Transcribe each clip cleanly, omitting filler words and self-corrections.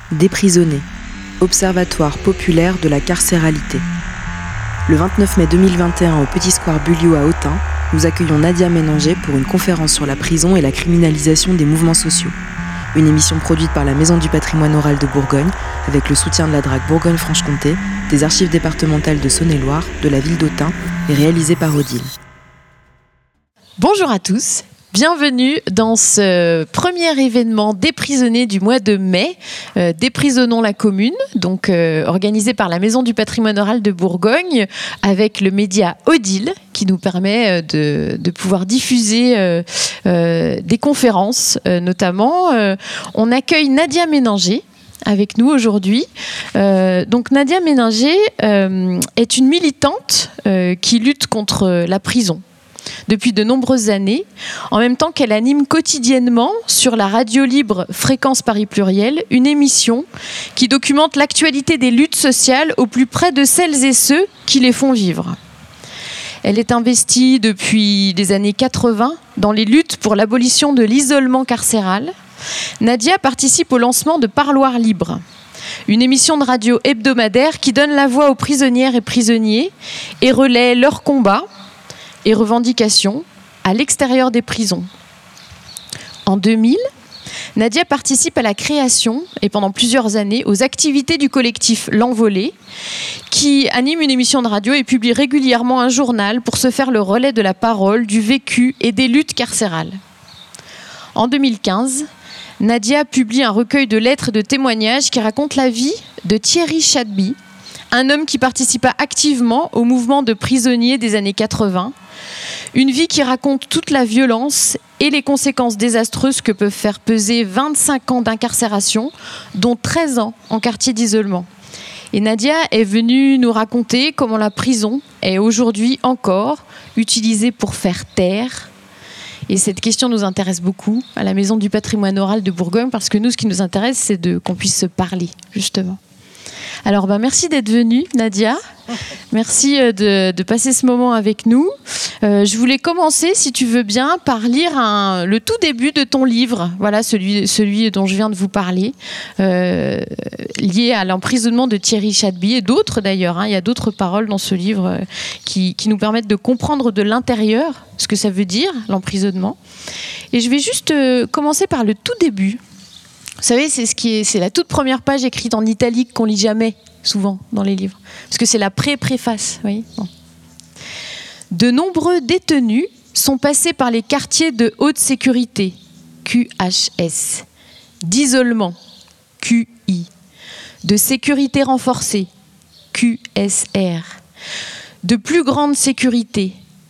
Déprisonnés, Observatoire populaire de la carcéralité. Le 29 mai 2021 au Petit Square Bulliot à Autun, nous accueillons Nadia Ménanger pour une conférence sur la prison et la criminalisation des mouvements sociaux. Une émission produite par la Maison du patrimoine oral de Bourgogne, avec le soutien de la DRAC Bourgogne-Franche-Comté, des archives départementales de Saône-et-Loire, de la ville d'Autun et réalisée par Odile. Bonjour à tous. Bienvenue dans ce premier événement déprisonné du mois de mai, Déprisonnons la commune, donc organisé par la Maison du patrimoine oral de Bourgogne avec le média Odile qui nous permet de pouvoir diffuser des conférences notamment. On accueille Nadia Ménanger avec nous aujourd'hui. Donc Nadia Ménanger est une militante qui lutte contre la prison depuis de nombreuses années, en même temps qu'elle anime quotidiennement sur la radio libre Fréquence Paris Pluriel, une émission qui documente l'actualité des luttes sociales au plus près de celles et ceux qui les font vivre. Elle est investie depuis les années 80 dans les luttes pour l'abolition de l'isolement carcéral. Nadia participe au lancement de Parloir Libre, une émission de radio hebdomadaire qui donne la voix aux prisonnières et prisonniers et relaie leurs combats et revendications à l'extérieur des prisons. En 2000, Nadia participe à la création, et pendant plusieurs années, aux activités du collectif L'Envolée, qui anime une émission de radio et publie régulièrement un journal pour se faire le relais de la parole, du vécu et des luttes carcérales. En 2015, Nadia publie un recueil de lettres et de témoignages qui raconte la vie de Thierry Chadby, un homme qui participa activement au mouvement de prisonniers des années 80, une vie qui raconte toute la violence et les conséquences désastreuses que peuvent faire peser 25 ans d'incarcération, dont 13 ans en quartier d'isolement. Et Nadia est venue nous raconter comment la prison est aujourd'hui encore utilisée pour faire taire. Et cette question nous intéresse beaucoup à la Maison du patrimoine oral de Bourgogne, parce que nous, ce qui nous intéresse, c'est qu'on puisse se parler, justement. Alors, merci d'être venue, Nadia. Merci de passer ce moment avec nous. Je voulais commencer, si tu veux bien, par lire le tout début de ton livre, voilà, celui dont je viens de vous parler, lié à l'emprisonnement de Thierry Chadby et d'autres d'ailleurs. Il y a d'autres paroles dans ce livre qui nous permettent de comprendre de l'intérieur ce que ça veut dire, l'emprisonnement. Et je vais juste commencer par le tout début. Vous savez, c'est la toute première page écrite en italique qu'on lit jamais, souvent, dans les livres. Parce que c'est la préface, vous voyez. Bon. De nombreux détenus sont passés par les quartiers de haute sécurité, QHS, d'isolement, QI, de sécurité renforcée, QSR, de plus grande sécurité,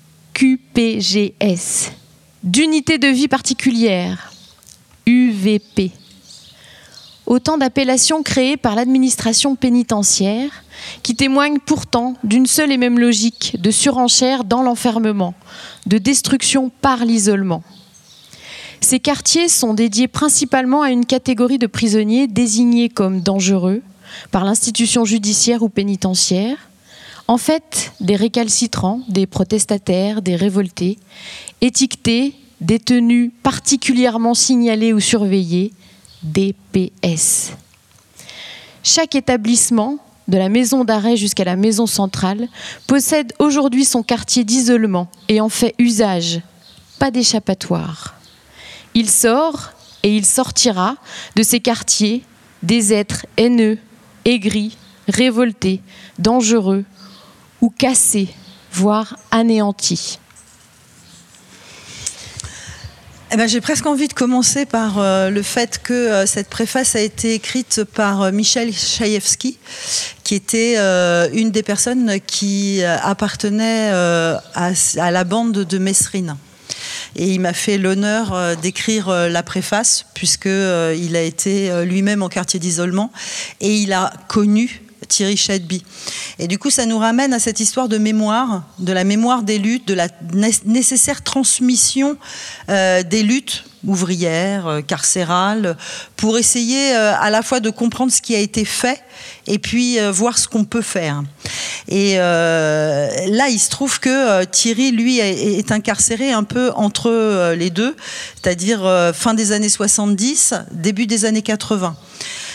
QPGS, d'unité de vie particulière, UVP. Autant d'appellations créées par l'administration pénitentiaire qui témoignent pourtant d'une seule et même logique de surenchère dans l'enfermement, de destruction par l'isolement. Ces quartiers sont dédiés principalement à une catégorie de prisonniers désignés comme dangereux par l'institution judiciaire ou pénitentiaire, en fait des récalcitrants, des protestataires, des révoltés, étiquetés, détenus particulièrement signalés ou surveillés, DPS. Chaque établissement, de la maison d'arrêt jusqu'à la maison centrale, possède aujourd'hui son quartier d'isolement et en fait usage. Pas d'échappatoire. Il sort et il sortira de ces quartiers des êtres haineux, aigris, révoltés, dangereux ou cassés, voire anéantis. J'ai presque envie de commencer par le fait que cette préface a été écrite par Michel Chaïevski, qui était une des personnes qui appartenait à la bande de Mesrine. Et il m'a fait l'honneur d'écrire la préface, puisqu'il a été lui-même en quartier d'isolement, et il a connu Thierry Chadby. Et du coup, ça nous ramène à cette histoire de mémoire, de la mémoire des luttes, de la nécessaire transmission des luttes ouvrières, carcérales, pour essayer à la fois de comprendre ce qui a été fait et puis voir ce qu'on peut faire. Et là, il se trouve que Thierry, lui, est incarcéré un peu entre les deux, c'est-à-dire fin des années 70, début des années 80.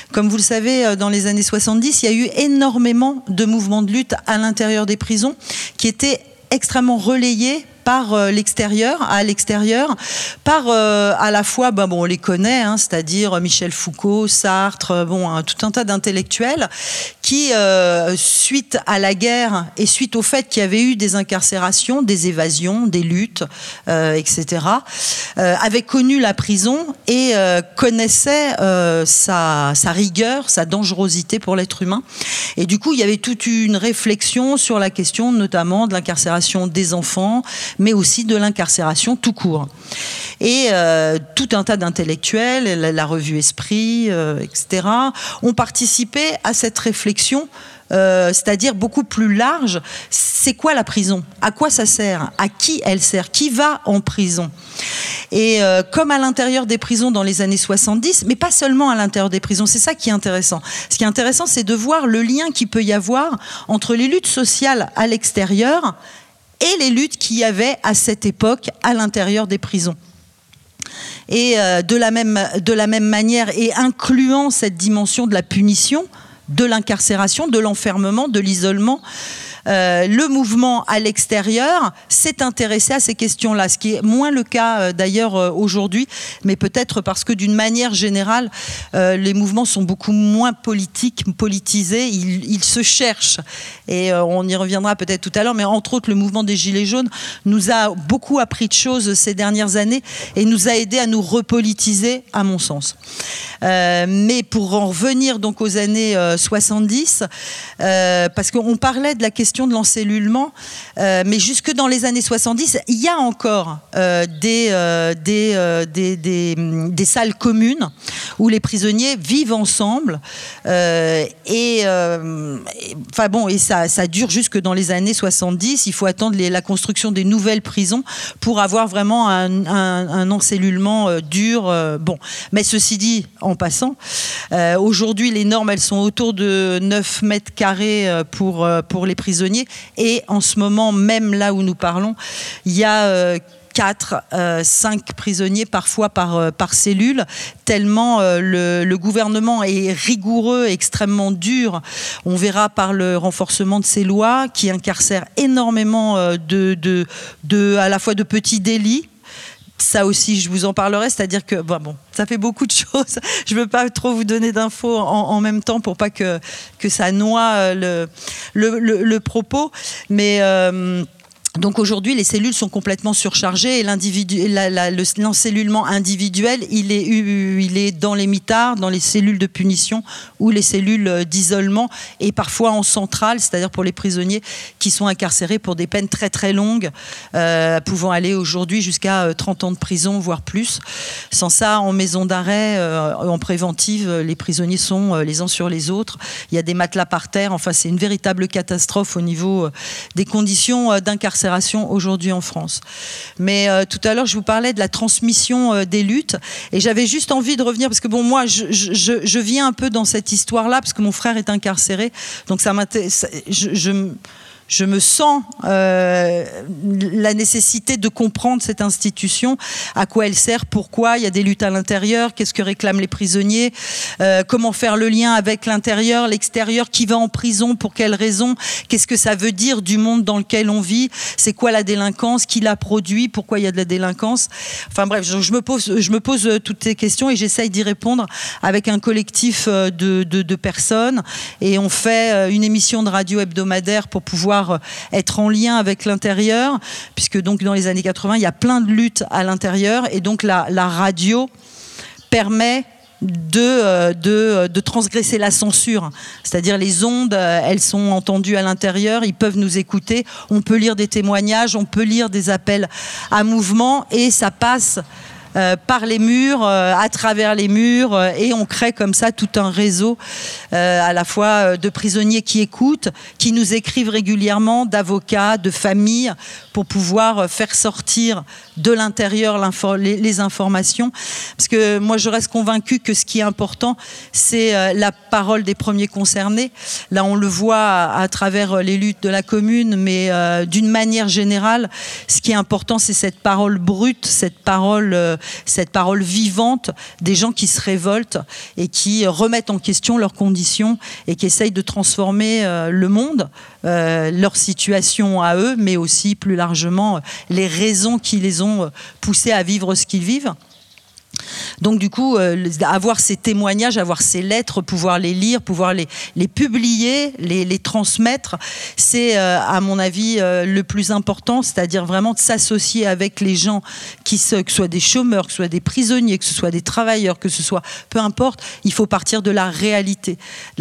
Comme vous le savez, dans les années 70, il y a eu énormément de mouvements de lutte à l'intérieur des prisons qui étaient extrêmement relayés par l'extérieur, par à la fois, on les connaît, c'est-à-dire Michel Foucault, Sartre, tout un tas d'intellectuels qui, suite à la guerre et suite au fait qu'il y avait eu des incarcérations, des évasions, des luttes, etc., avaient connu la prison et connaissaient sa rigueur, sa dangerosité pour l'être humain. Et du coup, il y avait toute une réflexion sur la question notamment de l'incarcération des enfants, mais aussi de l'incarcération tout court. Et tout un tas d'intellectuels, la revue Esprit, etc., ont participé à cette réflexion, c'est-à-dire beaucoup plus large. C'est quoi la prison ? À quoi ça sert ? À qui elle sert ? Qui va en prison ? Et comme à l'intérieur des prisons dans les années 70, mais pas seulement à l'intérieur des prisons, c'est ça qui est intéressant. Ce qui est intéressant, c'est de voir le lien qu'il peut y avoir entre les luttes sociales à l'extérieur et les luttes qu'il y avait à cette époque à l'intérieur des prisons. Et de la même manière, et incluant cette dimension de la punition, de l'incarcération, de l'enfermement, de l'isolement, le mouvement à l'extérieur s'est intéressé à ces questions-là, ce qui est moins le cas d'ailleurs aujourd'hui, mais peut-être parce que d'une manière générale, les mouvements sont beaucoup moins politisés, ils se cherchent. Et on y reviendra peut-être tout à l'heure, mais entre autres, le mouvement des Gilets jaunes nous a beaucoup appris de choses ces dernières années et nous a aidé à nous repolitiser, à mon sens. Mais pour en revenir donc aux années 70, parce qu'on parlait de la question de l'encellulement, mais jusque dans les années 70, il y a encore des salles communes où les prisonniers vivent ensemble, et ça dure jusque dans les années 70. Il faut attendre la construction des nouvelles prisons pour avoir vraiment un encellulement dur. Mais ceci dit, en passant, aujourd'hui les normes elles sont autour de 9 mètres carrés pour les prisonniers, et en ce moment même là où nous parlons, il y a 4-5 prisonniers parfois par cellule, tellement le gouvernement est rigoureux, extrêmement dur. On verra par le renforcement de ces lois qui incarcèrent énormément à la fois de petits délits. Ça aussi, je vous en parlerai, c'est-à-dire que ça fait beaucoup de choses. Je ne veux pas trop vous donner d'infos en même temps pour pas que ça noie le propos, mais donc aujourd'hui, les cellules sont complètement surchargées et l'encellulement individuel, il est dans les mitards, dans les cellules de punition ou les cellules d'isolement, et parfois en centrale, c'est-à-dire pour les prisonniers qui sont incarcérés pour des peines très très longues, pouvant aller aujourd'hui jusqu'à 30 ans de prison, voire plus. Sans ça, en maison d'arrêt, en préventive, les prisonniers sont les uns sur les autres. Il y a des matelas par terre. Enfin, c'est une véritable catastrophe au niveau des conditions d'incarcération aujourd'hui en France. Mais tout à l'heure, je vous parlais de la transmission des luttes, et j'avais juste envie de revenir, parce que moi, je viens un peu dans cette histoire-là, parce que mon frère est incarcéré, donc ça m'intéresse. Je me sens la nécessité de comprendre cette institution, à quoi elle sert, pourquoi il y a des luttes à l'intérieur, qu'est-ce que réclament les prisonniers, comment faire le lien avec l'intérieur, l'extérieur, qui va en prison, pour quelles raisons, qu'est-ce que ça veut dire du monde dans lequel on vit, c'est quoi la délinquance, qui la produit, pourquoi il y a de la délinquance. Enfin bref, je me pose toutes ces questions et j'essaye d'y répondre avec un collectif de personnes, et on fait une émission de radio hebdomadaire pour pouvoir être en lien avec l'intérieur, puisque donc dans les années 80, il y a plein de luttes à l'intérieur, et donc la radio permet de transgresser la censure, c'est-à-dire les ondes, elles sont entendues à l'intérieur, ils peuvent nous écouter, on peut lire des témoignages, on peut lire des appels à mouvement, et ça passe par les murs, à travers les murs, et on crée comme ça tout un réseau à la fois de prisonniers qui écoutent, qui nous écrivent régulièrement, d'avocats, de familles, pour pouvoir faire sortir de l'intérieur les informations. Parce que moi, je reste convaincue que ce qui est important, c'est la parole des premiers concernés. Là, on le voit à travers les luttes de la commune, mais d'une manière générale, ce qui est important, c'est cette parole brute, cette parole cette parole vivante des gens qui se révoltent et qui remettent en question leurs conditions et qui essayent de transformer le monde, leur situation à eux, mais aussi plus largement les raisons qui les ont poussés à vivre ce qu'ils vivent. Donc du coup, avoir ces témoignages, avoir ces lettres, pouvoir les lire, pouvoir les publier, les transmettre, c'est à mon avis le plus important, c'est-à-dire vraiment de s'associer avec les gens que ce soit des chômeurs, que ce soit des prisonniers, que ce soit des travailleurs, que ce soit, peu importe, il faut partir de la réalité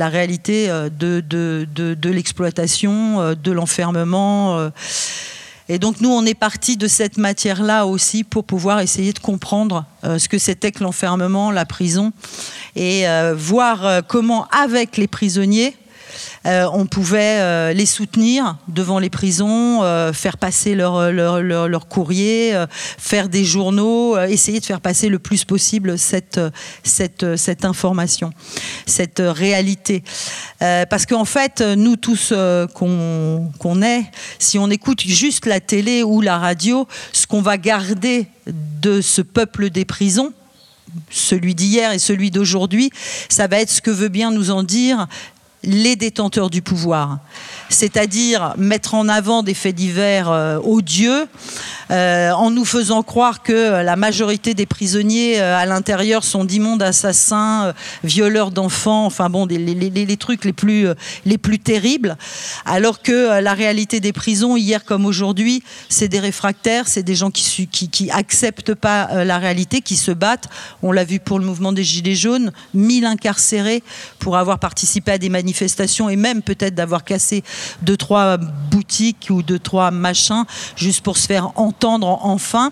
de l'exploitation, de l'enfermement. Et donc nous, on est parti de cette matière-là aussi pour pouvoir essayer de comprendre ce que c'était que l'enfermement, la prison, et voir comment, avec les prisonniers, on pouvait les soutenir devant les prisons, faire passer leur courrier, faire des journaux, essayer de faire passer le plus possible cette information, cette réalité. Parce qu'en fait, nous tous qu'on est, si on écoute juste la télé ou la radio, ce qu'on va garder de ce peuple des prisons, celui d'hier et celui d'aujourd'hui, ça va être ce que veut bien nous en dire les détenteurs du pouvoir, c'est-à-dire mettre en avant des faits divers odieux, en nous faisant croire que la majorité des prisonniers à l'intérieur sont d'immondes assassins, violeurs d'enfants, enfin bon, les trucs les plus terribles, alors que la réalité des prisons, hier comme aujourd'hui, c'est des réfractaires, c'est des gens qui acceptent pas la réalité, qui se battent. On l'a vu pour le mouvement des Gilets jaunes, 1000 incarcérés pour avoir participé à des manifestations et même peut-être d'avoir cassé 2-3 boutiques ou 2-3 machins juste pour se faire entendre enfin.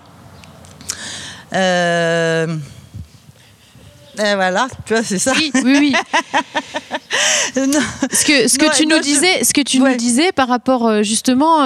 Et voilà, tu vois, c'est ça. Oui. Ce que tu nous disais par rapport justement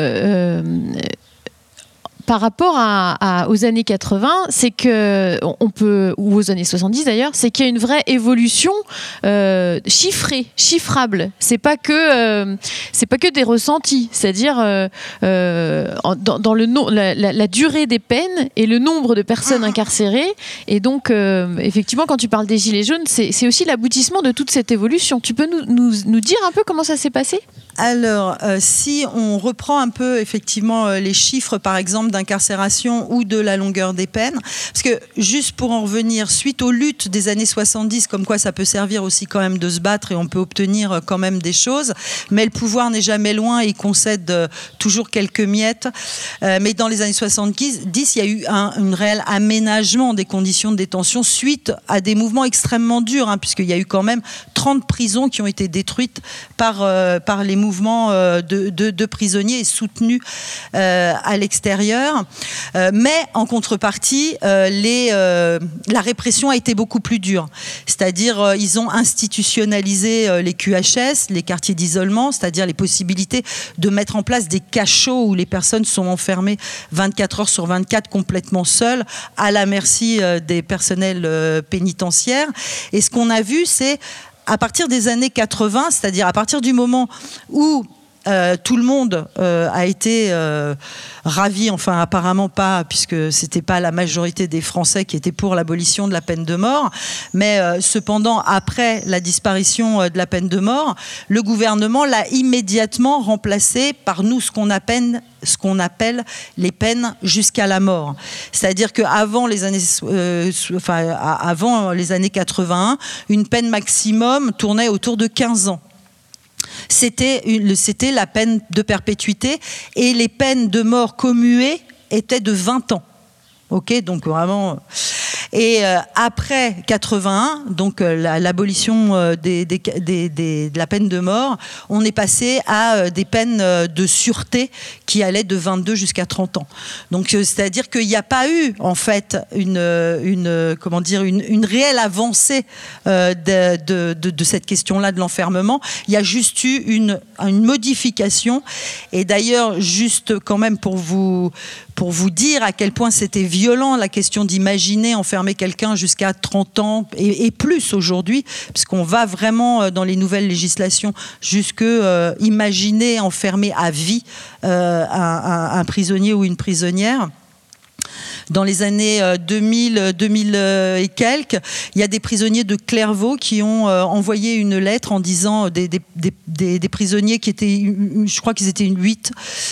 par rapport aux années 80, c'est que on peut, ou aux années 70 d'ailleurs, c'est qu'il y a une vraie évolution chiffrable. C'est pas que des ressentis, c'est-à-dire dans la durée des peines et le nombre de personnes incarcérées. Et donc effectivement, quand tu parles des Gilets jaunes, c'est aussi l'aboutissement de toute cette évolution. Tu peux nous dire un peu comment ça s'est passé ? Alors, si on reprend un peu effectivement les chiffres, par exemple, d'incarcération ou de la longueur des peines, parce que juste pour en revenir, suite aux luttes des années 70, comme quoi ça peut servir aussi quand même de se battre et on peut obtenir quand même des choses, mais le pouvoir n'est jamais loin et il concède toujours quelques miettes. Mais dans les années 70, il y a eu un réel aménagement des conditions de détention suite à des mouvements extrêmement durs, puisqu'il y a eu quand même 30 prisons qui ont été détruites par les mouvements de prisonniers et soutenus à l'extérieur. Mais en contrepartie, la répression a été beaucoup plus dure. C'est-à-dire, ils ont institutionnalisé les QHS, les quartiers d'isolement, c'est-à-dire les possibilités de mettre en place des cachots où les personnes sont enfermées 24 heures sur 24 complètement seules, à la merci des personnels pénitentiaires. Et ce qu'on a vu, c'est à partir des années 80, c'est-à-dire à partir du moment où tout le monde a été ravi, enfin apparemment pas, puisque c'était pas la majorité des Français qui étaient pour l'abolition de la peine de mort, mais cependant après la disparition de la peine de mort, le gouvernement l'a immédiatement remplacé par ce qu'on appelle les peines jusqu'à la mort. C'est-à-dire qu'avant les années 81, une peine maximum tournait autour de 15 ans. C'était la peine de perpétuité et les peines de mort commuées étaient de 20 ans. Ok, donc vraiment. Et après 81, donc l'abolition de la peine de mort, on est passé à des peines de sûreté qui allaient de 22 jusqu'à 30 ans. Donc c'est-à-dire qu'il n'y a pas eu en fait une réelle avancée de cette question-là de l'enfermement. Il y a juste eu une modification. Et d'ailleurs, juste quand même pour vous dire à quel point c'était violent la question d'imaginer enfermer quelqu'un jusqu'à 30 ans et plus aujourd'hui, puisqu'on va vraiment dans les nouvelles législations jusque imaginer enfermer à vie un prisonnier ou une prisonnière. dans les années 2000 et quelques, il y a des prisonniers de Clairvaux qui ont envoyé une lettre en disant des prisonniers qui étaient, je crois qu'ils étaient 8,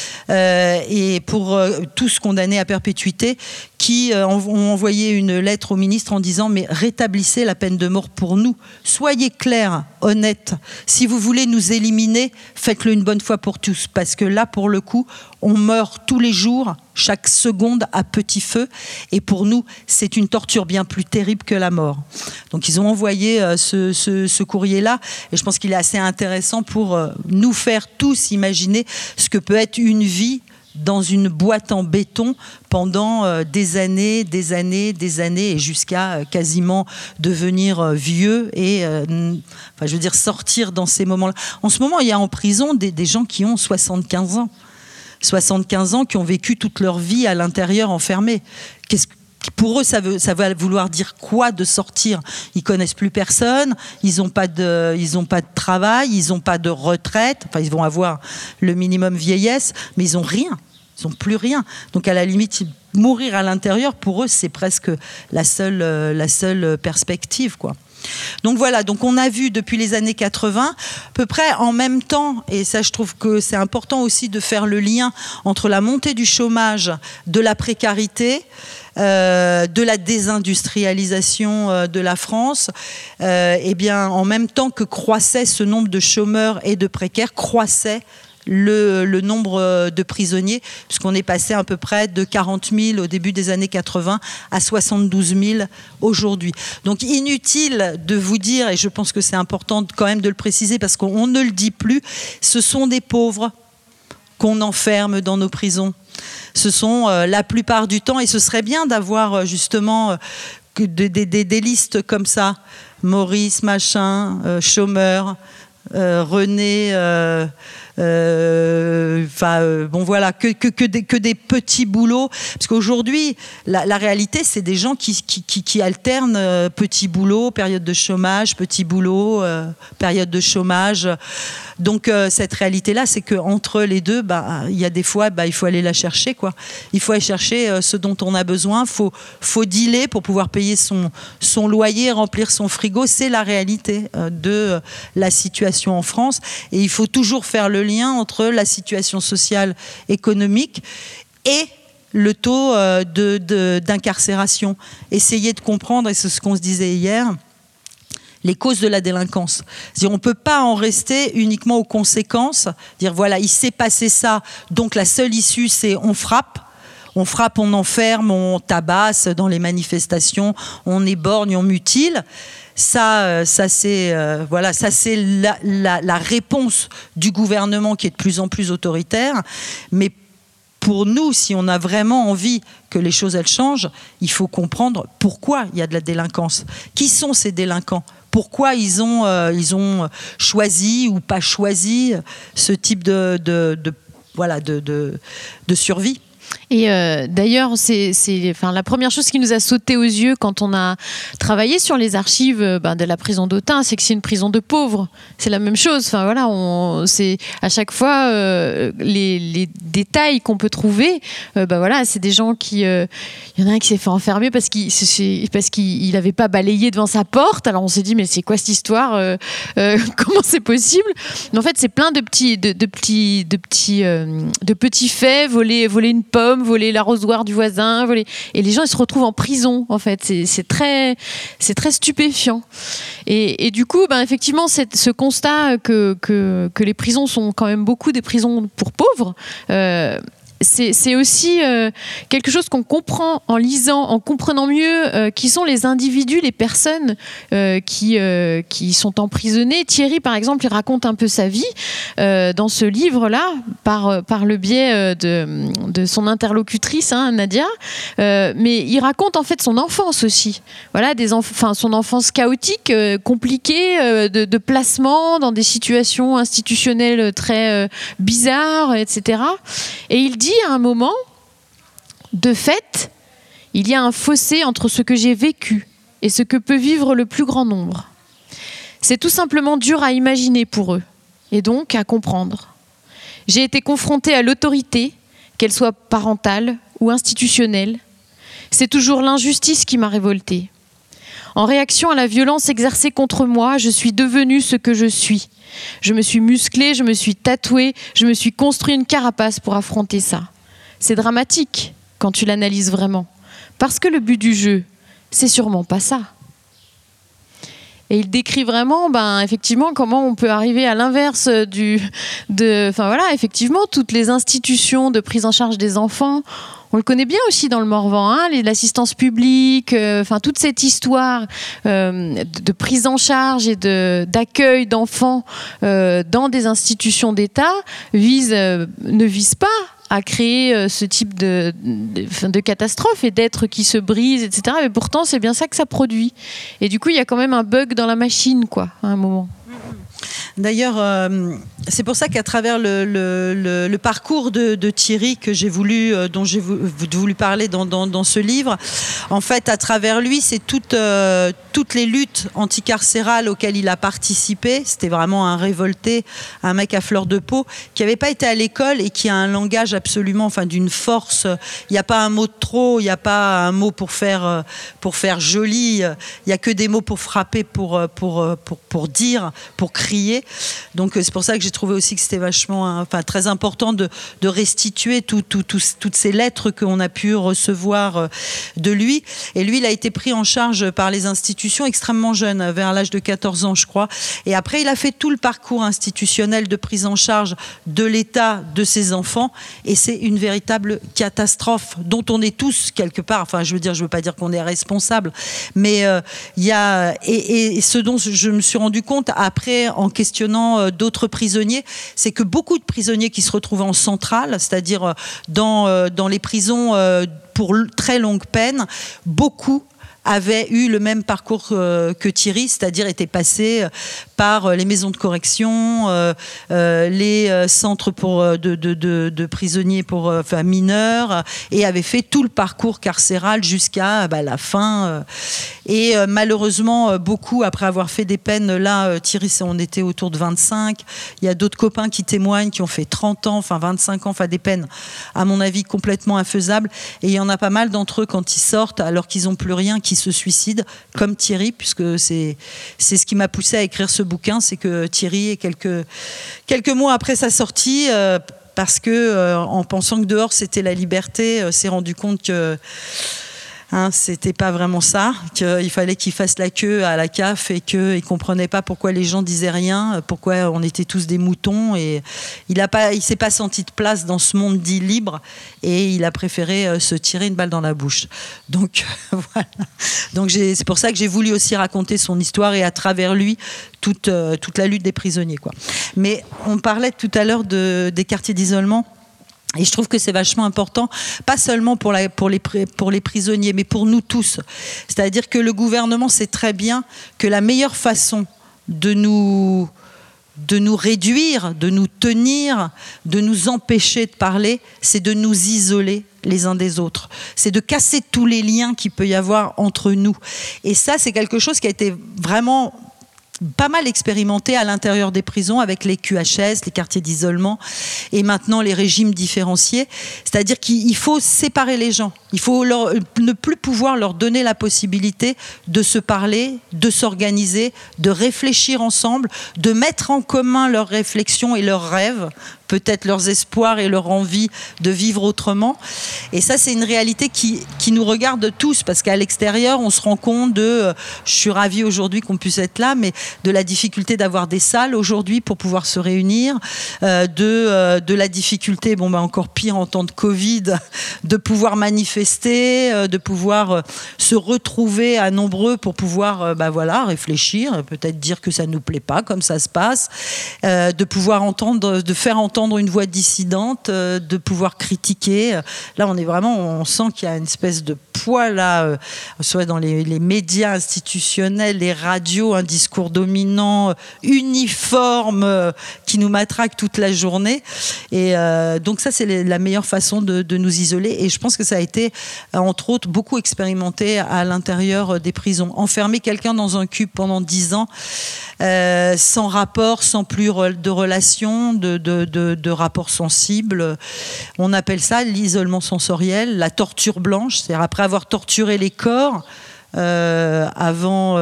et pour tous condamnés à perpétuité, qui ont envoyé une lettre au ministre en disant mais rétablissez la peine de mort pour nous, soyez clairs, honnêtes, si vous voulez nous éliminer, faites-le une bonne fois pour tous, parce que là pour le coup on meurt tous les jours, chaque seconde à petit feu, et pour nous c'est une torture bien plus terrible que la mort. Donc ils ont envoyé ce courrier-là, et je pense qu'il est assez intéressant pour nous faire tous imaginer ce que peut être une vie dans une boîte en béton pendant des années, et jusqu'à quasiment devenir vieux et, enfin, je veux dire, sortir dans ces moments-là. En ce moment, il y a en prison des gens qui ont 75 ans. 75 ans, qui ont vécu toute leur vie à l'intérieur enfermés. Pour eux, ça va vouloir dire quoi de sortir? Ils connaissent plus personne, ils n'ont pas de travail, ils n'ont pas de retraite. Enfin, ils vont avoir le minimum vieillesse, mais ils n'ont rien. Ils n'ont plus rien. Donc, à la limite, mourir à l'intérieur, pour eux, c'est presque la seule perspective, quoi. Donc voilà, donc on a vu depuis les années 80, à peu près en même temps, et ça je trouve que c'est important aussi de faire le lien entre la montée du chômage, de la précarité, de la désindustrialisation de la France, et bien en même temps que croissait ce nombre de chômeurs et de précaires, croissait le nombre de prisonniers, puisqu'on est passé à peu près de 40 000 au début des années 80 à 72 000 aujourd'hui. Donc inutile de vous dire, et je pense que c'est important quand même de le préciser parce qu'on ne le dit plus, ce sont des pauvres qu'on enferme dans nos prisons. Ce sont la plupart du temps, et ce serait bien d'avoir justement des listes comme ça, Maurice, machin, chômeur, René... bon voilà, que des petits boulots, parce qu'aujourd'hui la réalité c'est des gens qui alternent petit boulot, période de chômage, petit boulot, période de chômage. Donc cette réalité là, c'est que entre les deux, il y a des fois il faut aller la chercher, quoi. Il faut aller chercher ce dont on a besoin, faut dealer pour pouvoir payer son loyer, remplir son frigo. C'est la réalité de la situation en France, et il faut toujours faire le lien entre la situation sociale, économique et le taux d'incarcération. Essayer de comprendre, et c'est ce qu'on se disait hier, les causes de la délinquance. C'est-à-dire, on ne peut pas en rester uniquement aux conséquences, dire voilà, il s'est passé ça, donc la seule issue c'est on frappe, on enferme, on tabasse dans les manifestations, on éborgne, on mutile. Ça c'est la réponse du gouvernement qui est de plus en plus autoritaire. Mais pour nous, si on a vraiment envie que les choses elles changent, il faut comprendre pourquoi il y a de la délinquance. Qui sont ces délinquants ? Pourquoi ils ont choisi ou pas choisi ce type de survie ? Et d'ailleurs, c'est la première chose qui nous a sauté aux yeux quand on a travaillé sur les archives de la prison d'Autun, c'est que c'est une prison de pauvres. C'est la même chose. Enfin voilà, c'est à chaque fois les détails qu'on peut trouver. Voilà, c'est des gens qui, il y en a un qui s'est fait enfermer parce qu'il n'avait pas balayé devant sa porte. Alors on s'est dit mais c'est quoi cette histoire comment c'est possible? Mais en fait, c'est plein de petits faits, voler une pomme, voler l'arrosoir du voisin, et les gens ils se retrouvent en prison en fait. C'est très stupéfiant. Et du coup, effectivement, ce constat que les prisons sont quand même beaucoup des prisons pour pauvres. C'est aussi quelque chose qu'on comprend en lisant, en comprenant mieux qui sont les individus, les personnes qui sont emprisonnées. Thierry, par exemple, il raconte un peu sa vie dans ce livre-là, par le biais de son interlocutrice, Nadia. Mais il raconte en fait son enfance aussi. Voilà, son enfance chaotique, compliquée, de placement dans des situations institutionnelles très bizarres, etc. Et il dit à un moment, de fait, il y a un fossé entre ce que j'ai vécu et ce que peut vivre le plus grand nombre. C'est tout simplement dur à imaginer pour eux, et donc à comprendre. J'ai été confrontée à l'autorité, qu'elle soit parentale ou institutionnelle. C'est toujours l'injustice qui m'a révoltée. En réaction à la violence exercée contre moi, je suis devenue ce que je suis. Je me suis musclée, je me suis tatouée, je me suis construit une carapace pour affronter ça. C'est dramatique quand tu l'analyses vraiment. Parce que le but du jeu, c'est sûrement pas ça. Et il décrit vraiment, effectivement, comment on peut arriver à l'inverse effectivement, toutes les institutions de prise en charge des enfants. On le connaît bien aussi dans le Morvan, hein, l'assistance publique, toute cette histoire de prise en charge et d'accueil d'enfants dans des institutions d'État ne vise pas à créer ce type de catastrophe et d'êtres qui se brisent, etc. Mais pourtant, c'est bien ça que ça produit. Et du coup, il y a quand même un bug dans la machine, quoi, à un moment. D'ailleurs, c'est pour ça qu'à travers le parcours de Thierry dont j'ai voulu parler dans ce livre, en fait, à travers lui, c'est toutes les luttes anticarcérales auxquelles il a participé. C'était vraiment un révolté, un mec à fleur de peau, qui n'avait pas été à l'école et qui a un langage absolument, d'une force. Il n'y a pas un mot de trop, il n'y a pas un mot pour faire joli. Il n'y a que des mots pour frapper, pour dire, pour crier. Donc c'est pour ça que j'ai trouvé aussi que c'était vachement, très important de restituer toutes ces lettres qu'on a pu recevoir de lui. Et lui, il a été pris en charge par les institutions extrêmement jeune, vers l'âge de 14 ans, je crois. Et après, il a fait tout le parcours institutionnel de prise en charge de l'état de ses enfants. Et c'est une véritable catastrophe dont on est tous quelque part. Je veux pas dire qu'on est responsable, mais il y a et ce dont je me suis rendu compte après en questionnant d'autres prisonniers, c'est que beaucoup de prisonniers qui se retrouvaient en centrale, c'est-à-dire dans les prisons pour très longue peine, beaucoup avaient eu le même parcours que Thierry, c'est-à-dire étaient passés par les maisons de correction, les centres de prisonniers pour mineurs, et avaient fait tout le parcours carcéral jusqu'à la fin. Et malheureusement, beaucoup, après avoir fait des peines, là, Thierry, on était autour de 25. Il y a d'autres copains qui témoignent, qui ont fait 30 ans, 25 ans, des peines, à mon avis, complètement infaisables. Et il y en a pas mal d'entre eux, quand ils sortent, alors qu'ils n'ont plus rien, qui se suicident, comme Thierry, puisque c'est ce qui m'a poussé à écrire ce bouquin, c'est que Thierry, quelques mois après sa sortie, parce que en pensant que dehors c'était la liberté, s'est rendu compte que c'était pas vraiment ça, qu'il fallait qu'il fasse la queue à la CAF et qu'il comprenait pas pourquoi les gens disaient rien, pourquoi on était tous des moutons, et il s'est pas senti de place dans ce monde dit libre, et il a préféré se tirer une balle dans la bouche. Donc voilà. Donc c'est pour ça que j'ai voulu aussi raconter son histoire et à travers lui toute la lutte des prisonniers, quoi. Mais on parlait tout à l'heure des quartiers d'isolement. Et je trouve que c'est vachement important, pas seulement pour les prisonniers, mais pour nous tous. C'est-à-dire que le gouvernement sait très bien que la meilleure façon de nous réduire, de nous tenir, de nous empêcher de parler, c'est de nous isoler les uns des autres. C'est de casser tous les liens qu'il peut y avoir entre nous. Et ça, c'est quelque chose qui a été vraiment pas mal expérimenté à l'intérieur des prisons avec les QHS, les quartiers d'isolement, et maintenant les régimes différenciés. C'est-à-dire qu'il faut séparer les gens. Il faut ne plus pouvoir leur donner la possibilité de se parler, de s'organiser, de réfléchir ensemble, de mettre en commun leurs réflexions et leurs rêves, peut-être leurs espoirs et leur envie de vivre autrement. Et ça, c'est une réalité qui nous regarde tous, parce qu'à l'extérieur, on se rend compte je suis ravie aujourd'hui qu'on puisse être là, mais de la difficulté d'avoir des salles aujourd'hui pour pouvoir se réunir, de la difficulté, encore pire en temps de Covid, de pouvoir manifester, de pouvoir se retrouver à nombreux pour pouvoir réfléchir, peut-être dire que ça ne nous plaît pas comme ça se passe, de pouvoir de faire entendre une voix dissidente, de pouvoir critiquer. Là, on sent qu'il y a une espèce de poids là, soit dans les médias institutionnels, les radios, un discours dominant, uniforme, qui nous matraque toute la journée. Et donc ça, c'est la meilleure façon de nous isoler. Et je pense que ça a été, entre autres, beaucoup expérimenté à l'intérieur des prisons. Enfermer quelqu'un dans un cube pendant 10 ans, sans rapport, sans plus de relations, de rapports sensibles. On appelle ça l'isolement sensoriel, la torture blanche. C'est-à-dire après avoir torturé les corps avant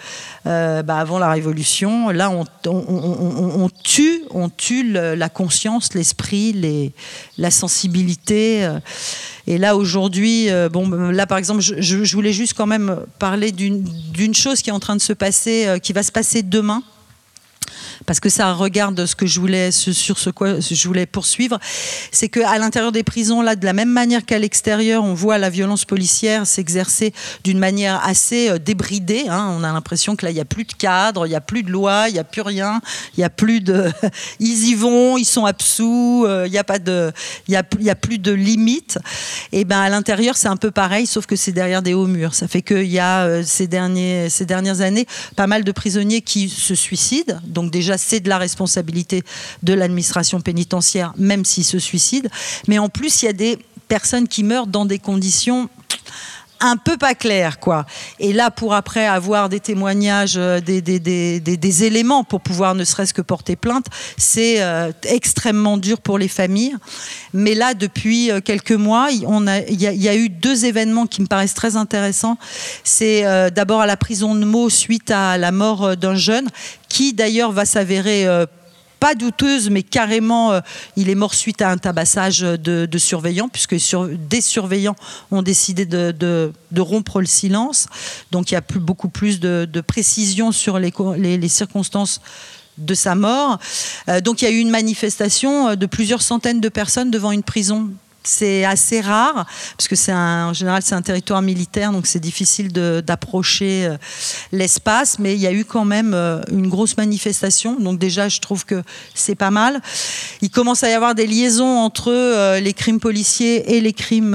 la Révolution, là on tue la conscience, l'esprit, la sensibilité. Et là aujourd'hui, là par exemple, je voulais juste quand même parler d'une chose qui est en train de se passer, qui va se passer demain. Parce que ça regarde sur ce quoi je voulais poursuivre, c'est qu'à l'intérieur des prisons, là, de la même manière qu'à l'extérieur, on voit la violence policière s'exercer d'une manière assez débridée. On a l'impression que là, il n'y a plus de cadre, il n'y a plus de loi, il n'y a plus rien, il n'y a plus de... Ils y vont, ils sont absous, il n'y a plus de limites. Et ben à l'intérieur, c'est un peu pareil, sauf que c'est derrière des hauts murs. Ça fait qu'il y a ces dernières années, pas mal de prisonniers qui se suicident. Donc déjà, c'est de la responsabilité de l'administration pénitentiaire, même s'ils se suicident. Mais en plus, il y a des personnes qui meurent dans des conditions un peu pas claires, quoi. Et là, pour après avoir des témoignages, des éléments pour pouvoir ne serait-ce que porter plainte, c'est extrêmement dur pour les familles. Mais là, depuis quelques mois, il y a eu 2 événements qui me paraissent très intéressants. C'est d'abord à la prison de Meaux, suite à la mort d'un jeune, qui d'ailleurs va s'avérer pas douteuse, mais carrément, il est mort suite à un tabassage de surveillants, puisque des surveillants ont décidé de rompre le silence. Donc il y a beaucoup plus de précision sur les circonstances de sa mort. Donc il y a eu une manifestation de plusieurs centaines de personnes devant une prison. C'est assez rare, parce que en général c'est un territoire militaire, donc c'est difficile d'approcher l'espace, mais il y a eu quand même une grosse manifestation, donc déjà je trouve que c'est pas mal. Il commence à y avoir des liaisons entre les crimes policiers et les crimes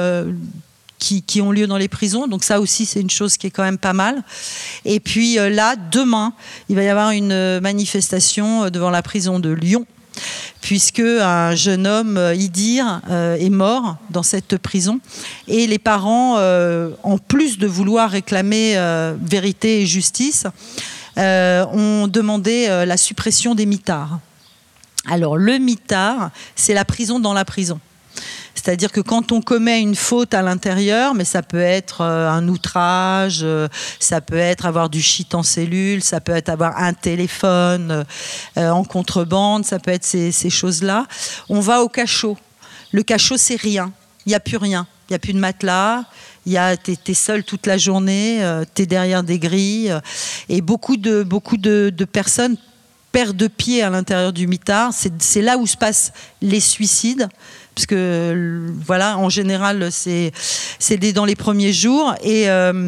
qui ont lieu dans les prisons, donc ça aussi c'est une chose qui est quand même pas mal. Et puis là, demain, il va y avoir une manifestation devant la prison de Lyon, puisque un jeune homme, Idir, est mort dans cette prison. Et les parents, en plus de vouloir réclamer vérité et justice, ont demandé la suppression des mitards. Alors, le mitard, c'est la prison dans la prison. C'est-à-dire que quand on commet une faute à l'intérieur, mais ça peut être un outrage, ça peut être avoir du shit en cellule, ça peut être avoir un téléphone en contrebande, ça peut être ces choses-là. On va au cachot. Le cachot, c'est rien. Il n'y a plus rien. Il n'y a plus de matelas. T'es seul toute la journée. T'es derrière des grilles. Et beaucoup de personnes perdent pied à l'intérieur du mitard. C'est là où se passent les suicides. Parce que voilà, en général, c'est dans les premiers jours, et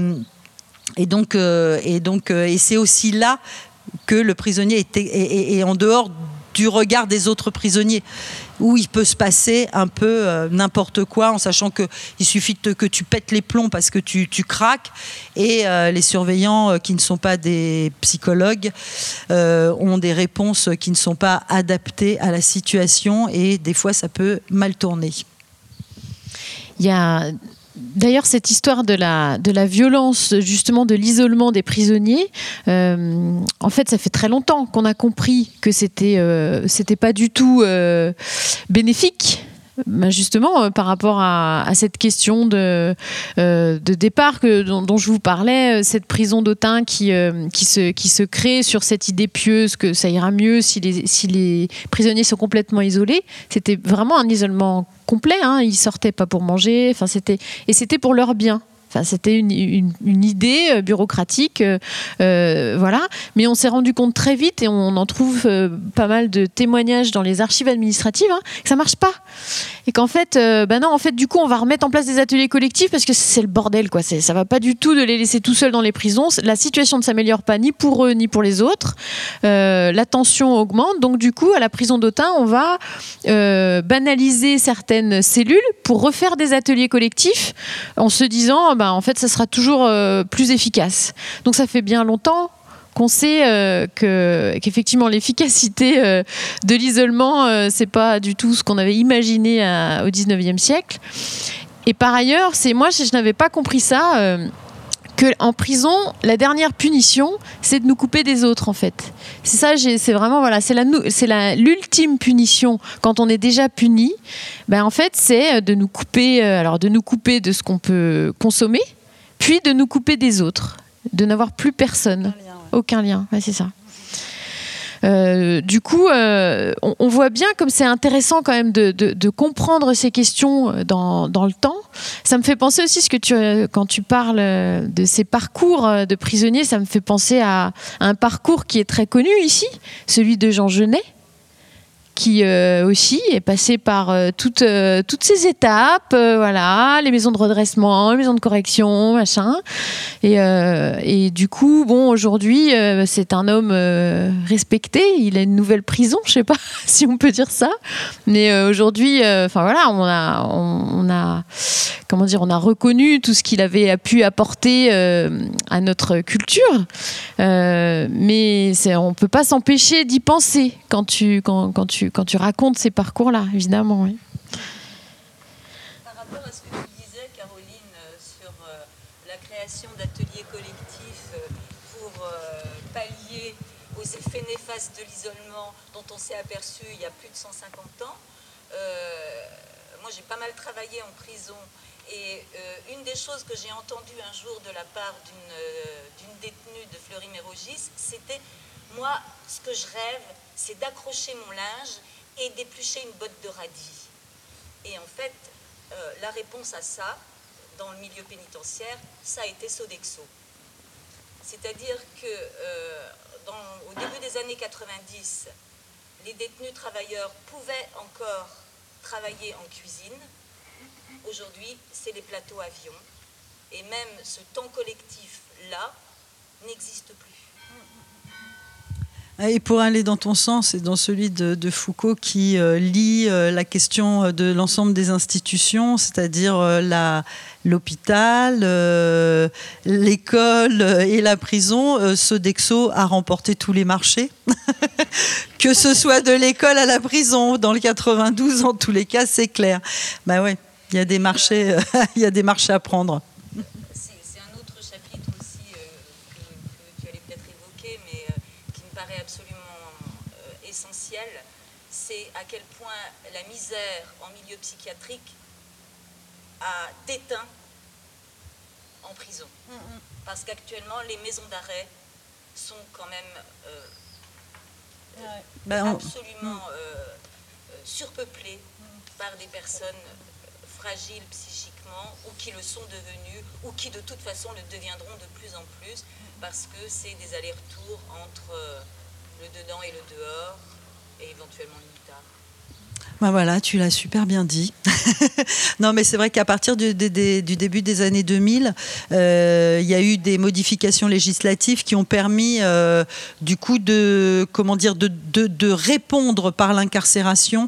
c'est aussi là que le prisonnier est en dehors du regard des autres prisonniers, où il peut se passer un peu n'importe quoi, en sachant qu'il suffit que tu pètes les plombs parce que tu craques, et les surveillants qui ne sont pas des psychologues ont des réponses qui ne sont pas adaptées à la situation, et des fois ça peut mal tourner. Il y a d'ailleurs cette histoire de la violence, justement de l'isolement des prisonniers. En fait, ça fait très longtemps qu'on a compris que c'était pas du tout bénéfique. Justement, par rapport à cette question de départ dont je vous parlais, cette prison d'Autun qui se crée sur cette idée pieuse que ça ira mieux si les prisonniers sont complètement isolés. C'était vraiment un isolement complet, ils sortaient pas pour manger, c'était pour leur bien. Enfin, c'était une idée bureaucratique, voilà. Mais on s'est rendu compte très vite, et on en trouve pas mal de témoignages dans les archives administratives, que ça marche pas. Et qu'en fait, du coup, on va remettre en place des ateliers collectifs parce que c'est le bordel, quoi. Ça va pas du tout de les laisser tout seuls dans les prisons. La situation ne s'améliore pas ni pour eux ni pour les autres. La tension augmente. Donc, du coup, à la prison d'Autun, on va banaliser certaines cellules pour refaire des ateliers collectifs en se disant, en fait, ça sera toujours plus efficace. Donc, ça fait bien longtemps qu'on sait qu'effectivement l'efficacité de l'isolement, c'est pas du tout ce qu'on avait imaginé au 19e siècle. Et par ailleurs, moi je n'avais pas compris ça. Qu'en prison, la dernière punition, c'est de nous couper des autres, en fait. C'est ça, c'est vraiment, voilà, c'est l'ultime punition quand on est déjà puni. Ben, en fait, c'est de nous couper de ce qu'on peut consommer, puis de nous couper des autres, de n'avoir plus personne. Aucun lien, ouais, c'est ça. Du coup, on voit bien comme c'est intéressant quand même de comprendre ces questions dans le temps. Ça me fait penser aussi quand tu parles de ces parcours de prisonniers, ça me fait penser à un parcours qui est très connu ici, celui de Jean Genet, qui aussi est passé par toutes ces étapes, voilà, les maisons de redressement, les maisons de correction, machin. Et du coup, bon, aujourd'hui, c'est un homme respecté. Il a une nouvelle prison, je sais pas si on peut dire ça. Mais aujourd'hui, enfin voilà, on a reconnu tout ce qu'il avait pu apporter à notre culture. Mais on peut pas s'empêcher d'y penser quand tu racontes ces parcours-là, évidemment. Oui. Par rapport à ce que tu disais, Caroline, sur la création d'ateliers collectifs pour pallier aux effets néfastes de l'isolement dont on s'est aperçu il y a plus de 150 ans, moi j'ai pas mal travaillé en prison et une des choses que j'ai entendues un jour de la part d'une détenue de Fleury-Mérogis, c'était « Moi, ce que je rêve, c'est d'accrocher mon linge et d'éplucher une botte de radis. » Et en fait, la réponse à ça, dans le milieu pénitentiaire, ça a été Sodexo. C'est-à-dire que au début des années 90, les détenus travailleurs pouvaient encore travailler en cuisine. Aujourd'hui, c'est les plateaux avions. Et même ce temps collectif-là n'existe plus. Et pour aller dans ton sens et dans celui de Foucault qui lie la question de l'ensemble des institutions, c'est-à-dire l'hôpital, l'école et la prison, Sodexo a remporté tous les marchés, que ce soit de l'école à la prison, dans le 92, en tous les cas, c'est clair. Ben ouais, il y a des marchés, il y a des marchés à prendre. C'est un autre chapitre aussi que tu allais peut-être évoquer, mais qui me paraît absolument essentiel, c'est à quel point la misère en milieu psychiatrique a déteint en prison. Parce qu'actuellement, les maisons d'arrêt sont quand même absolument surpeuplées par des personnes fragiles psychiquement, ou qui le sont devenues, ou qui de toute façon le deviendront de plus en plus, parce que c'est des allers-retours entre le dedans et le dehors, et éventuellement le mitard. Ben voilà, tu l'as super bien dit. Non, mais c'est vrai qu'à partir du début des années 2000, il y a eu des modifications législatives qui ont permis, du coup, de répondre par l'incarcération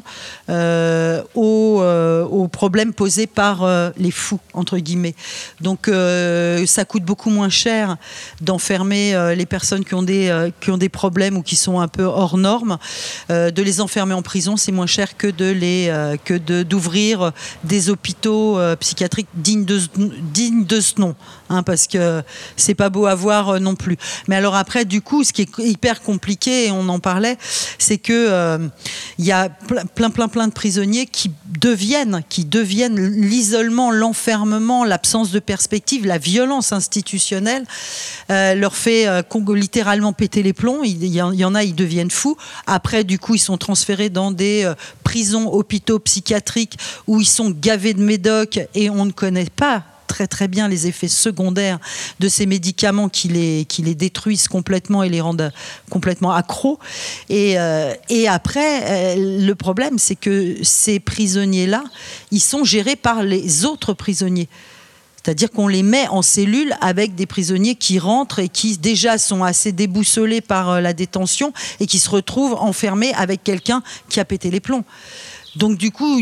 aux problèmes posés par les fous, entre guillemets. Donc, ça coûte beaucoup moins cher d'enfermer les personnes qui ont des problèmes ou qui sont un peu hors normes. De les enfermer en prison, c'est moins cher que d'ouvrir des hôpitaux psychiatriques dignes de ce nom, hein, parce que c'est pas beau à voir non plus. Mais alors après, du coup, ce qui est hyper compliqué, et on en parlait, c'est que il y a plein de prisonniers qui deviennent l'isolement, l'enfermement, l'absence de perspective, la violence institutionnelle leur fait littéralement péter les plombs. Il y en a, ils deviennent fous. Après, du coup, ils sont transférés dans des prisons, hôpitaux psychiatriques où ils sont gavés de médoc et on ne connaît pas très bien les effets secondaires de ces médicaments qui les détruisent complètement et les rendent complètement accros. Et après, le problème, c'est que ces prisonniers-là, ils sont gérés par les autres prisonniers. C'est-à-dire qu'on les met en cellule avec des prisonniers qui rentrent et qui déjà sont assez déboussolés par la détention et qui se retrouvent enfermés avec quelqu'un qui a pété les plombs. Donc du coup,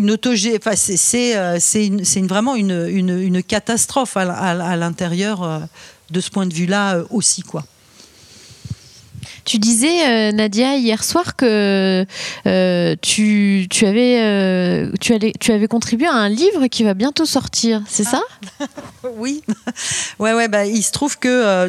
c'est vraiment une catastrophe à l'intérieur de ce point de vue-là aussi, quoi. Tu disais, Nadia, hier soir que tu avais contribué à un livre qui va bientôt sortir, c'est ça ? Oui. Ouais, il se trouve que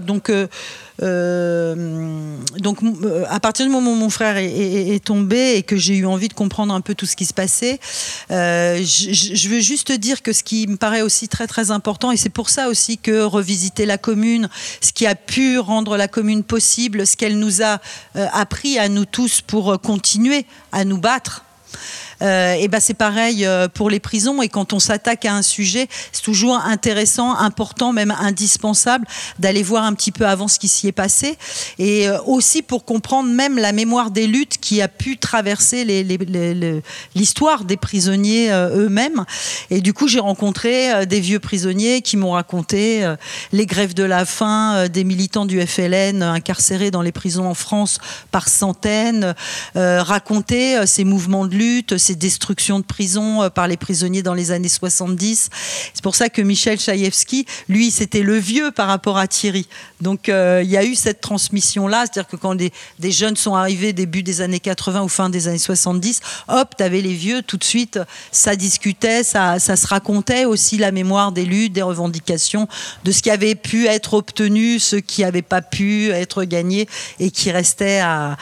à partir du moment où mon frère est tombé et que j'ai eu envie de comprendre un peu tout ce qui se passait, je veux juste dire que ce qui me paraît aussi très très important, et c'est pour ça aussi que revisiter la commune, ce qui a pu rendre la commune possible, ce qu'elle nous a appris à nous tous pour continuer à nous battre, et c'est pareil pour les prisons. Et quand on s'attaque à un sujet, c'est toujours intéressant, important, même indispensable d'aller voir un petit peu avant ce qui s'y est passé, et aussi pour comprendre même la mémoire des luttes qui a pu traverser l'histoire des prisonniers eux-mêmes. Et du coup, j'ai rencontré des vieux prisonniers qui m'ont raconté les grèves de la faim des militants du FLN incarcérés dans les prisons en France par centaines, raconter ces mouvements de lutte, ces destructions de prisons par les prisonniers dans les années 70. C'est pour ça que Michel Chaïevski, lui, c'était le vieux par rapport à Thierry. Donc il y a eu cette transmission-là, c'est-à-dire que quand des jeunes sont arrivés début des années 80 ou fin des années 70, hop, t'avais les vieux, tout de suite, ça discutait, ça se racontait aussi la mémoire des luttes, des revendications, de ce qui avait pu être obtenu, ce qui n'avait pas pu être gagné et qui restait à...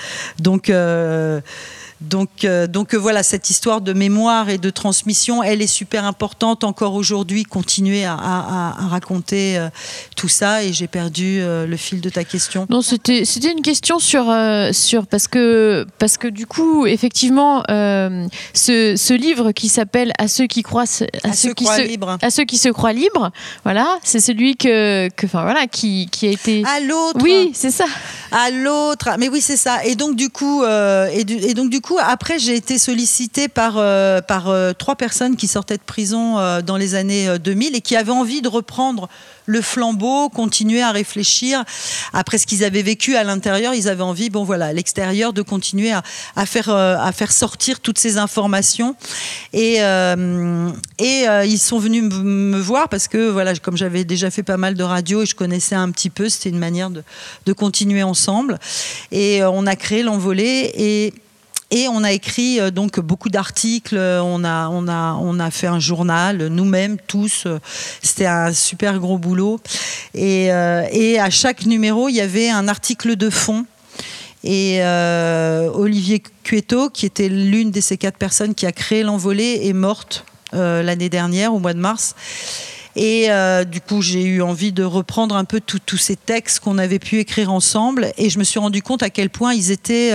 Donc voilà, cette histoire de mémoire et de transmission, elle est super importante encore aujourd'hui, continuer à raconter tout ça. Et j'ai perdu le fil de ta question. Non, c'était une question sur parce que du coup, effectivement, ce livre qui s'appelle À ceux qui croient à ceux qui se croient libres, voilà, c'est celui qui a été à l'autre. Oui, c'est ça. À l'autre, mais oui, c'est ça. Et donc du coup, après, j'ai été sollicitée par 3 personnes qui sortaient de prison dans les années 2000 et qui avaient envie de reprendre le flambeau, continuer à réfléchir après ce qu'ils avaient vécu à l'intérieur. Ils avaient envie, à l'extérieur, de continuer à faire sortir toutes ces informations. Et ils sont venus me voir parce que, comme j'avais déjà fait pas mal de radio et je connaissais un petit peu, c'était une manière de continuer ensemble. Et on a créé l'Envolée et on a écrit donc beaucoup d'articles, on a fait un journal nous-mêmes tous, c'était un super gros boulot, et à chaque numéro il y avait un article de fond. Et Olivier Cueto, qui était l'une de ces 4 personnes qui a créé l'Envolée, est morte l'année dernière au mois de mars. Et du coup, j'ai eu envie de reprendre un peu tous ces textes qu'on avait pu écrire ensemble. Et je me suis rendu compte à quel point ils étaient,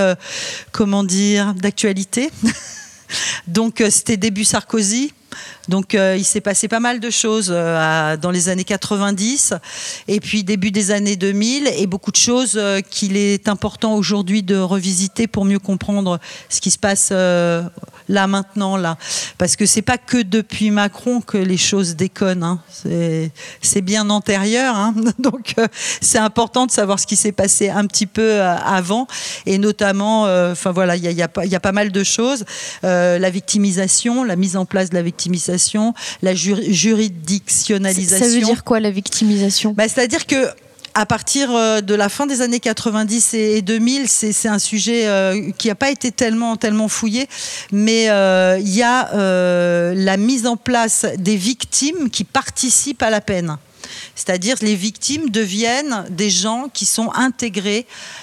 d'actualité. Donc, c'était début Sarkozy. Donc il s'est passé pas mal de choses dans les années 90 et puis début des années 2000 et beaucoup de choses qu'il est important aujourd'hui de revisiter pour mieux comprendre ce qui se passe là maintenant là, parce que c'est pas que depuis Macron que les choses déconnent, hein. C'est bien antérieur, hein. Donc c'est important de savoir ce qui s'est passé un petit peu avant et notamment il y a pas mal de choses, la victimisation, la mise en place de la victimisation, la juridictionnalisation. Ça veut dire quoi, la victimisation ? C'est-à-dire que à partir de la fin des années 90 et 2000, c'est un sujet qui n'a pas été tellement fouillé, mais il y a la mise en place des victimes qui participent à la peine. C'est-à-dire les victimes deviennent des gens qui sont intégrés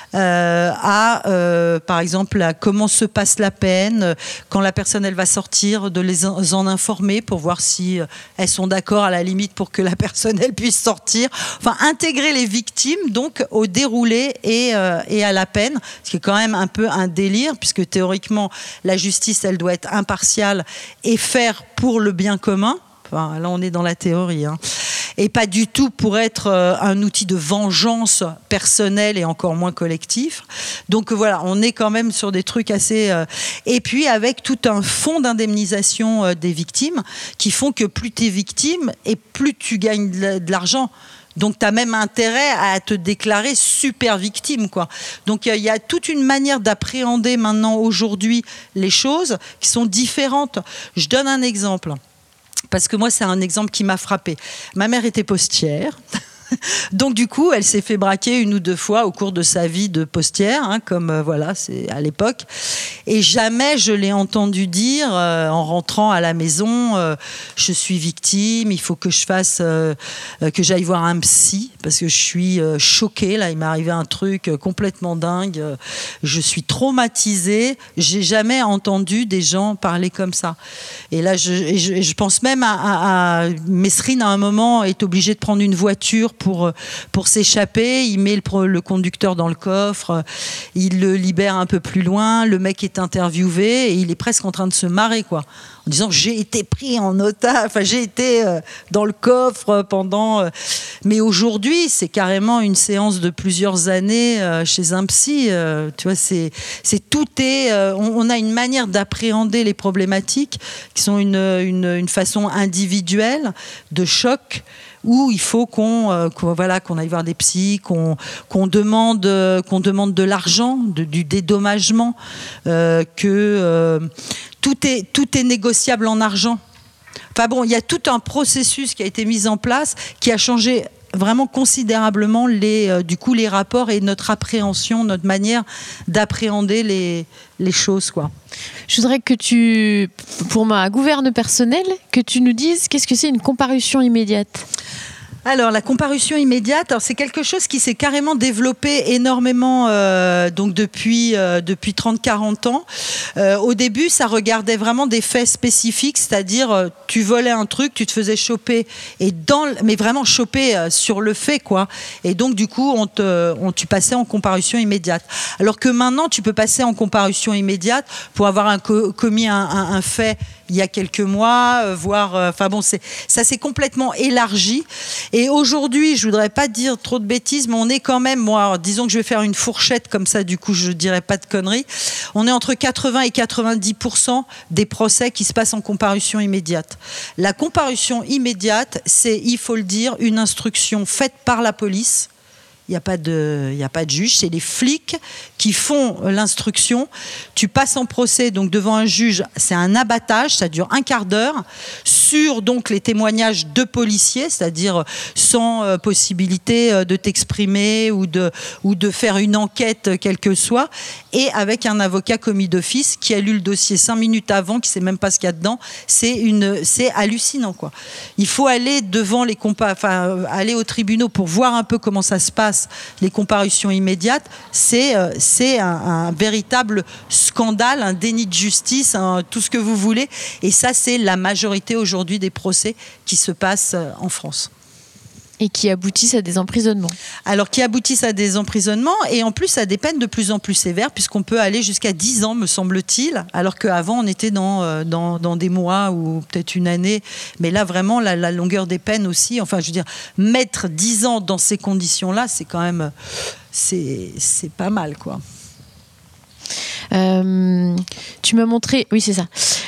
par exemple, à comment se passe la peine, quand la personne elle va sortir, de les en informer pour voir si elles sont d'accord à la limite pour que la personne elle puisse sortir. Enfin, intégrer les victimes donc au déroulé et à la peine, ce qui est quand même un peu un délire puisque théoriquement la justice elle doit être impartiale et faire pour le bien commun. Enfin, là on est dans la théorie, hein. Et pas du tout pour être un outil de vengeance personnelle et encore moins collectif. Donc voilà, on est quand même sur des trucs assez... Et puis avec tout un fonds d'indemnisation des victimes qui font que plus tu es victime et plus tu gagnes de l'argent. Donc tu as même intérêt à te déclarer super victime, quoi. Donc il y a toute une manière d'appréhender maintenant aujourd'hui les choses qui sont différentes. Je donne un exemple. Parce que moi, c'est un exemple qui m'a frappée. Ma mère était postière. Donc du coup, elle s'est fait braquer 1 ou 2 fois au cours de sa vie de postière, hein, comme voilà, c'est à l'époque. Et jamais je l'ai entendu dire en rentrant à la maison, je suis victime, il faut que je fasse, que j'aille voir un psy parce que je suis choquée. Là, il m'est arrivé un truc complètement dingue. Je suis traumatisée. J'ai jamais entendu des gens parler comme ça. Et là, je pense même à Mesrine, à un moment, est obligé de prendre une voiture pour s'échapper. Il met le conducteur dans le coffre, il le libère un peu plus loin, le mec est interviewé et il est presque en train de se marrer, quoi, en disant j'ai été pris en otage, enfin j'ai été dans le coffre pendant... Mais aujourd'hui, c'est carrément une séance de plusieurs années chez un psy. Tu vois, on a une manière d'appréhender les problématiques qui sont une façon individuelle de choc, où il faut qu'on aille voir des psys, qu'on demande de l'argent, du dédommagement, que tout est négociable en argent. Enfin bon, il y a tout un processus qui a été mis en place qui a changé vraiment considérablement les rapports et notre appréhension, notre manière d'appréhender les choses, quoi. Je voudrais que pour ma gouverne personnelle, que tu nous dises qu'est-ce que c'est une comparution immédiate. Alors, la comparution immédiate, c'est quelque chose qui s'est carrément développé énormément donc depuis 30-40 ans. Au début, ça regardait vraiment des faits spécifiques, c'est-à-dire tu volais un truc, tu te faisais choper, mais vraiment choper sur le fait, quoi. Et donc, du coup, tu passais en comparution immédiate. Alors que maintenant, tu peux passer en comparution immédiate pour avoir commis un fait il y a quelques mois, ça s'est complètement élargi. Et aujourd'hui, je voudrais pas dire trop de bêtises, mais on est quand même, disons que je vais faire une fourchette comme ça, du coup, je dirais pas de conneries. On est entre 80 et 90% des procès qui se passent en comparution immédiate. La comparution immédiate, c'est, il faut le dire, une instruction faite par la police. Il n'y a pas de juge, c'est les flics qui font l'instruction. Tu passes en procès donc devant un juge, c'est un abattage, ça dure un quart d'heure, sur donc les témoignages de policiers, c'est-à-dire sans possibilité de t'exprimer ou de faire une enquête quelle que soit, et avec un avocat commis d'office qui a lu le dossier 5 minutes avant, qui ne sait même pas ce qu'il y a dedans. C'est hallucinant, quoi. Il faut aller devant aller aux tribunaux pour voir un peu comment ça se passe. Les comparutions immédiates, c'est un véritable scandale, un déni de justice, tout ce que vous voulez. Et ça, c'est la majorité aujourd'hui des procès qui se passent en France. Et qui aboutissent à des emprisonnements. Alors, qui aboutissent à des emprisonnements et en plus à des peines de plus en plus sévères, puisqu'on peut aller jusqu'à 10 ans, me semble-t-il, alors qu'avant, on était dans des mois ou peut-être une année. Mais là, vraiment, la longueur des peines aussi, enfin, je veux dire, mettre 10 ans dans ces conditions-là, c'est quand même... C'est pas mal, quoi. Tu m'as montré... Oui, c'est ça.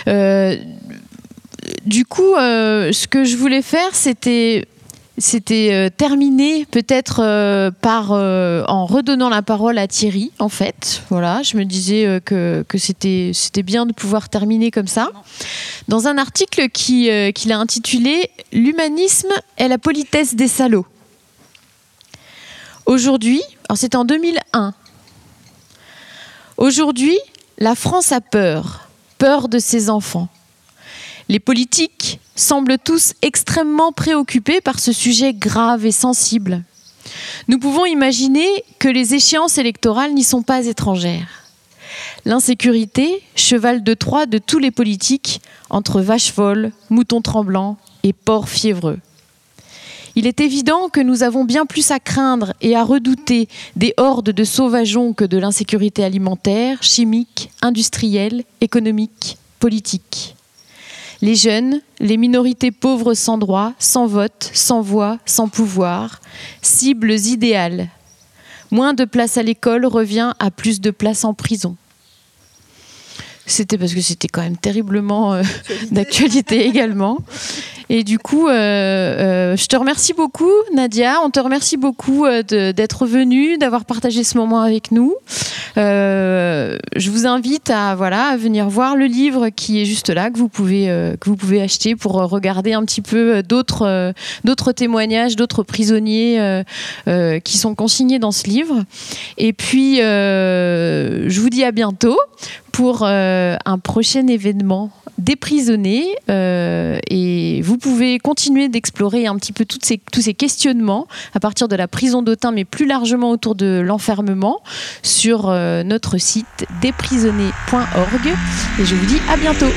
Du coup, ce que je voulais faire, c'était terminer peut-être en redonnant la parole à Thierry, en fait. Voilà, je me disais que c'était bien de pouvoir terminer comme ça. Dans un article qu'il a intitulé « L'humanisme est la politesse des salauds ». Aujourd'hui, alors c'était en 2001. Aujourd'hui, la France a peur de ses enfants. Les politiques semblent tous extrêmement préoccupés par ce sujet grave et sensible. Nous pouvons imaginer que les échéances électorales n'y sont pas étrangères. L'insécurité, cheval de Troie de tous les politiques, entre vaches folles, moutons tremblants et porcs fiévreux. Il est évident que nous avons bien plus à craindre et à redouter des hordes de sauvageons que de l'insécurité alimentaire, chimique, industrielle, économique, politique. Les jeunes, les minorités pauvres sans droit, sans vote, sans voix, sans pouvoir, cibles idéales. Moins de place à l'école revient à plus de place en prison. C'était parce que c'était quand même terriblement d'actualité également. Et du coup, je te remercie beaucoup, Nadia. On te remercie beaucoup d'être venue, d'avoir partagé ce moment avec nous. Je vous invite à venir voir le livre qui est juste là, que vous pouvez acheter pour regarder un petit peu d'autres témoignages, d'autres prisonniers qui sont consignés dans ce livre. Et puis, je vous dis à bientôt pour un prochain événement Déprisonné, et vous pouvez continuer d'explorer un petit peu tous ces questionnements à partir de la prison d'Autun, mais plus largement autour de l'enfermement sur notre site déprisonné.org, et je vous dis à bientôt.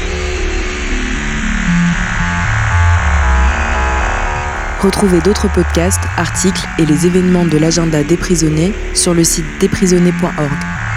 Retrouvez d'autres podcasts, articles et les événements de l'agenda Déprisonné sur le site déprisonné.org.